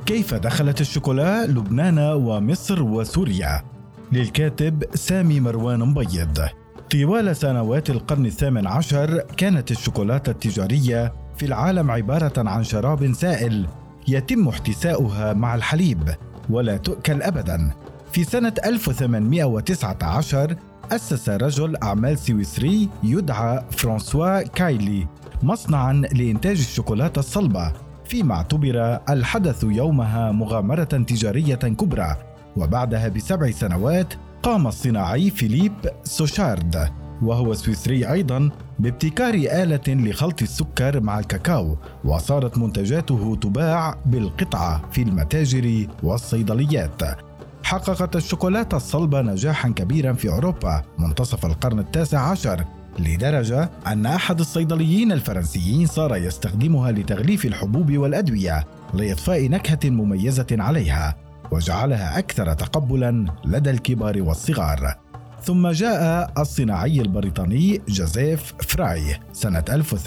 كيف دخلت الشوكولا لبنان ومصر وسوريا؟ للكاتب سامي مروان مبيض. طوال سنوات القرن الثامن عشر كانت الشوكولاتة التجارية في العالم عبارة عن شراب سائل يتم احتساؤها مع الحليب ولا تؤكل أبدا. في سنة 1819 أسس رجل أعمال سويسري يدعى فرانسوا كايلي مصنعاً لإنتاج الشوكولاتة الصلبة، فيما اعتبر الحدث يومها مغامرة تجارية كبرى. وبعدها ب7 سنوات قام الصناعي فيليب سوشارد وهو سويسري أيضاً بابتكار آلة لخلط السكر مع الكاكاو، وصارت منتجاته تباع بالقطعة في المتاجر والصيدليات. حققت الشوكولاتة الصلبة نجاحاً كبيراً في أوروبا منتصف القرن التاسع عشر، لدرجة أن أحد الصيدليين الفرنسيين صار يستخدمها لتغليف الحبوب والأدوية لإضفاء نكهة مميزة عليها، وجعلها أكثر تقبلاً لدى الكبار والصغار. ثم جاء الصناعي البريطاني جوزيف فراي سنة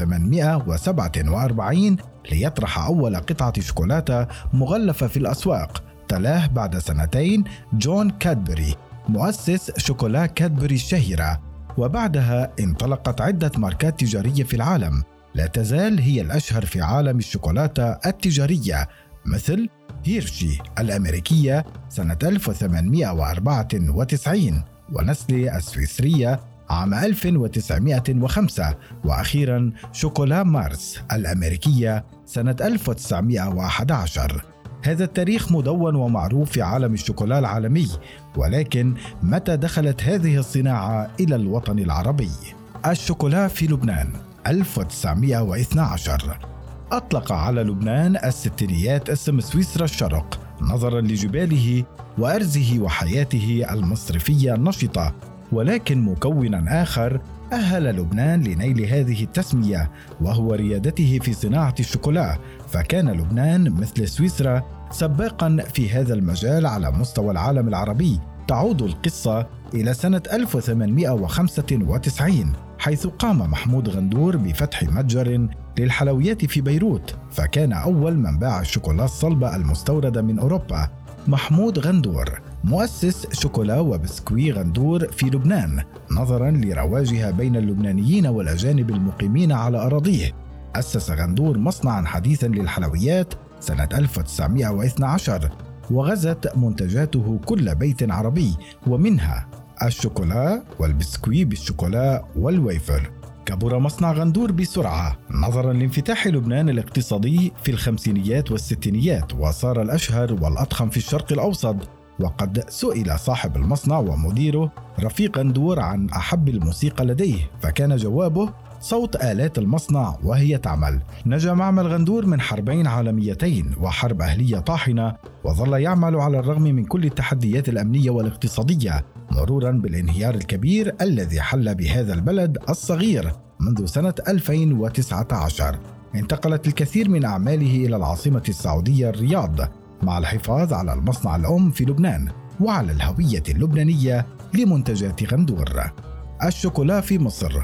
1847 ليطرح أول قطعة شوكولاتة مغلفة في الأسواق. تلاه بعد سنتين جون كادبري مؤسس شوكولا كادبري الشهيرة، وبعدها انطلقت عدة ماركات تجارية في العالم لا تزال هي الأشهر في عالم الشوكولاتة التجارية، مثل هيرشي الأمريكية سنة 1894 ونسلي السويسرية عام 1905، وأخيرا شوكولا مارس الأمريكية سنة 1911. هذا التاريخ مدون ومعروف في عالم الشوكولا العالمي، ولكن متى دخلت هذه الصناعة إلى الوطن العربي؟ الشوكولا في لبنان 1912. أطلق على لبنان الستينيات اسم سويسرا الشرق نظرا لجباله وأرزه وحياته المصرفية النشطة، ولكن مكونا آخر أهل لبنان لنيل هذه التسمية وهو ريادته في صناعة الشوكولا، فكان لبنان مثل سويسرا سباقا في هذا المجال على مستوى العالم العربي. تعود القصة إلى سنة 1895 حيث قام محمود غندور بفتح متجر للحلويات في بيروت، فكان أول من باع الشوكولا الصلبة المستوردة من أوروبا. محمود غندور مؤسس شوكولا وبسكوي غندور في لبنان نظرا لرواجها بين اللبنانيين والأجانب المقيمين على أراضيه. أسس غندور مصنعا حديثا للحلويات سنة 1912 وغزت منتجاته كل بيت عربي، ومنها الشوكولا والبسكوي بالشوكولا والويفر. كبر مصنع غندور بسرعة نظرا لانفتاح لبنان الاقتصادي في الخمسينيات والستينيات، وصار الأشهر والأضخم في الشرق الأوسط. وقد سئل صاحب المصنع ومديره رفيق غندور عن أحب الموسيقى لديه، فكان جوابه صوت آلات المصنع وهي تعمل. نجا معمل غندور من حربين عالميتين وحرب أهلية طاحنة، وظل يعمل على الرغم من كل التحديات الأمنية والاقتصادية، مرورا بالانهيار الكبير الذي حل بهذا البلد الصغير منذ سنة 2019. انتقلت الكثير من أعماله إلى العاصمة السعودية الرياض مع الحفاظ على المصنع الأم في لبنان وعلى الهوية اللبنانية لمنتجات غندور. الشوكولا في مصر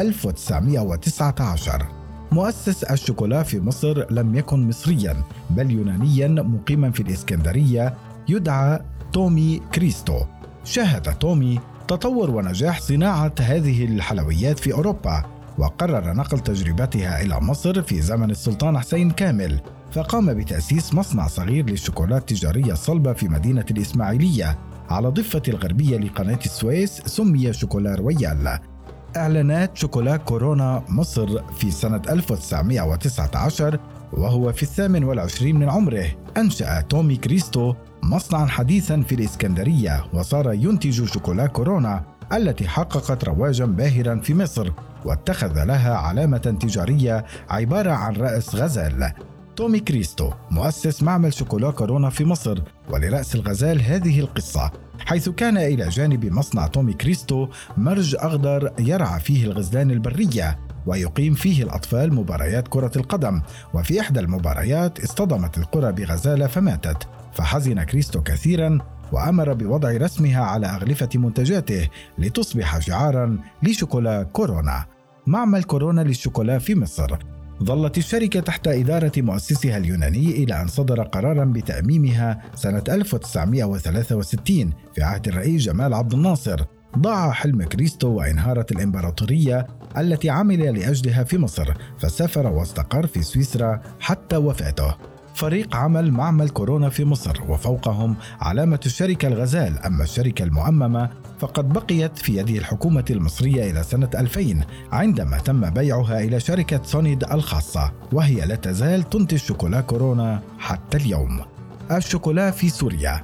1919. مؤسس الشوكولا في مصر لم يكن مصريا بل يونانيا مقيما في الإسكندرية يدعى تومي كريستو. شهد تومي تطور ونجاح صناعة هذه الحلويات في أوروبا، وقرر نقل تجربتها إلى مصر في زمن السلطان حسين كامل، فقام بتأسيس مصنع صغير للشوكولا التجارية الصلبة في مدينة الإسماعيلية على الضفة الغربية لقناة السويس، سمي شوكولا رويال. إعلانات شوكولا كورونا مصر في سنة 1919 وهو في 28 من عمره أنشأ تومي كريستو مصنعا حديثا في الإسكندرية، وصار ينتج شوكولا كورونا التي حققت رواجا باهرا في مصر، واتخذ لها علامة تجارية عبارة عن رأس غزال. تومي كريستو مؤسس معمل شوكولا كورونا في مصر، ولرأس الغزال هذه القصة، حيث كان إلى جانب مصنع تومي كريستو مرج أخضر يرعى فيه الغزلان البرية ويقيم فيه الأطفال مباريات كرة القدم. وفي إحدى المباريات اصطدمت القرى بغزالة فماتت، فحزن كريستو كثيرا وأمر بوضع رسمها على أغلفة منتجاته لتصبح شعارا لشوكولا كورونا. معمل كورونا للشوكولا في مصر ظلت الشركة تحت إدارة مؤسسها اليوناني إلى أن صدر قراراً بتأميمها سنة 1963 في عهد الرئيس جمال عبد الناصر ضاع حلم كريستو وانهارت الإمبراطورية التي عمل لأجلها في مصر، فسافر واستقر في سويسرا حتى وفاته. فريق عمل معمل كورونا في مصر وفوقهم علامة الشركة الغزال، أما الشركة المؤممة فقد بقيت في يد الحكومة المصرية إلى سنة 2000 عندما تم بيعها إلى شركة سونيد الخاصة، وهي لا تزال تنتج شوكولا كورونا حتى اليوم. الشوكولا في سوريا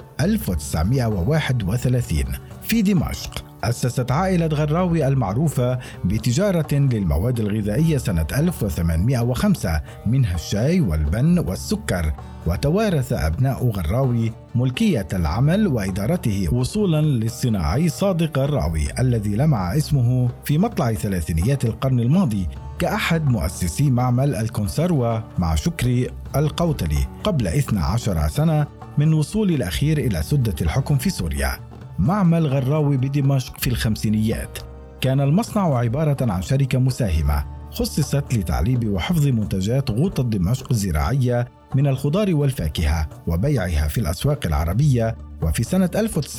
1931 في دمشق. أسست عائلة غراوي المعروفة بتجارة للمواد الغذائية سنة 1805 منها الشاي والبن والسكر، وتوارث أبناء غراوي ملكية العمل وإدارته وصولا للصناعي صادق غراوي الذي لمع اسمه في مطلع ثلاثينيات القرن الماضي كأحد مؤسسي معمل الكونسروة مع شكري القوتلي قبل 12 سنة من وصول الأخير إلى سدة الحكم في سوريا. معمل غراوي بدمشق في الخمسينيات كان المصنع عبارة عن شركة مساهمة خصصت لتعليب وحفظ منتجات غوطة دمشق الزراعية من الخضار والفاكهة وبيعها في الأسواق العربية. وفي سنة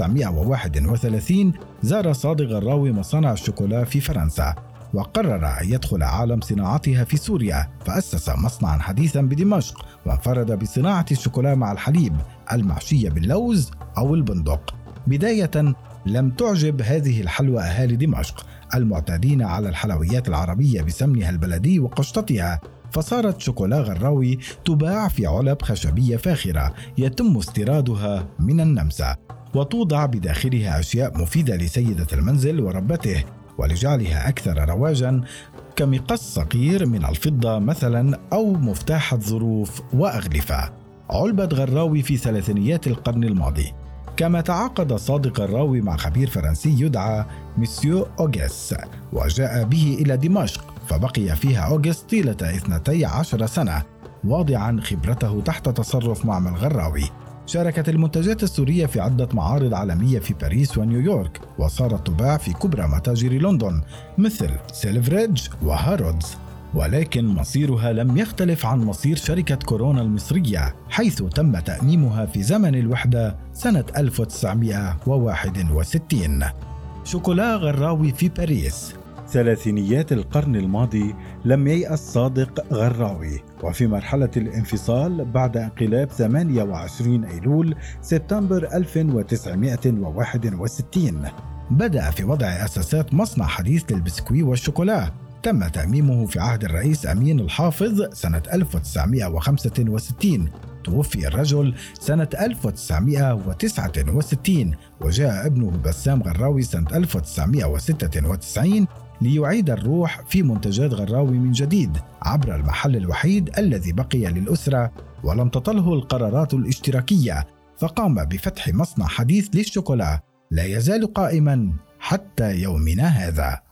1931 زار صادق غراوي مصانع الشوكولا في فرنسا وقرر أن يدخل عالم صناعتها في سوريا، فأسس مصنعا حديثا بدمشق وانفرد بصناعة الشوكولا مع الحليب المحشية باللوز أو البندق. بداية لم تعجب هذه الحلوى أهالي دمشق المعتادين على الحلويات العربية بسمنها البلدي وقشطتها، فصارت شوكولا غراوي تباع في علب خشبية فاخرة يتم استيرادها من النمسا وتوضع بداخلها أشياء مفيدة لسيدة المنزل وربته ولجعلها أكثر رواجا كمقص صغير من الفضة مثلا أو مفتاح الظروف وأغلفة. علبة غراوي في ثلاثينيات القرن الماضي. كما تعاقد صادق غراوي مع خبير فرنسي يدعى مسيو أوغيس وجاء به إلى دمشق، فبقي فيها أوغيس طيلة 12 سنة واضعا خبرته تحت تصرف معمل غراوي. شاركت المنتجات السورية في عدة معارض عالمية في باريس ونيويورك، وصارت تباع في كبرى متاجر لندن مثل سيلفريدج وهارودز. ولكن مصيرها لم يختلف عن مصير شركة كورونا المصرية، حيث تم تأميمها في زمن الوحدة سنة 1961. شوكولا غراوي في باريس. ثلاثينيات القرن الماضي لم ييأس صادق غراوي، وفي مرحلة الانفصال بعد انقلاب 28 أيلول سبتمبر 1961 بدأ في وضع أساسات مصنع حديث للبسكوي والشوكولا. تم تأميمه في عهد الرئيس أمين الحافظ سنة 1965. توفي الرجل سنة 1969 وجاء ابنه بسام غراوي سنة 1996 ليعيد الروح في منتجات غراوي من جديد عبر المحل الوحيد الذي بقي للأسرة ولم تطله القرارات الاشتراكية، فقام بفتح مصنع حديث للشوكولا لا يزال قائما حتى يومنا هذا.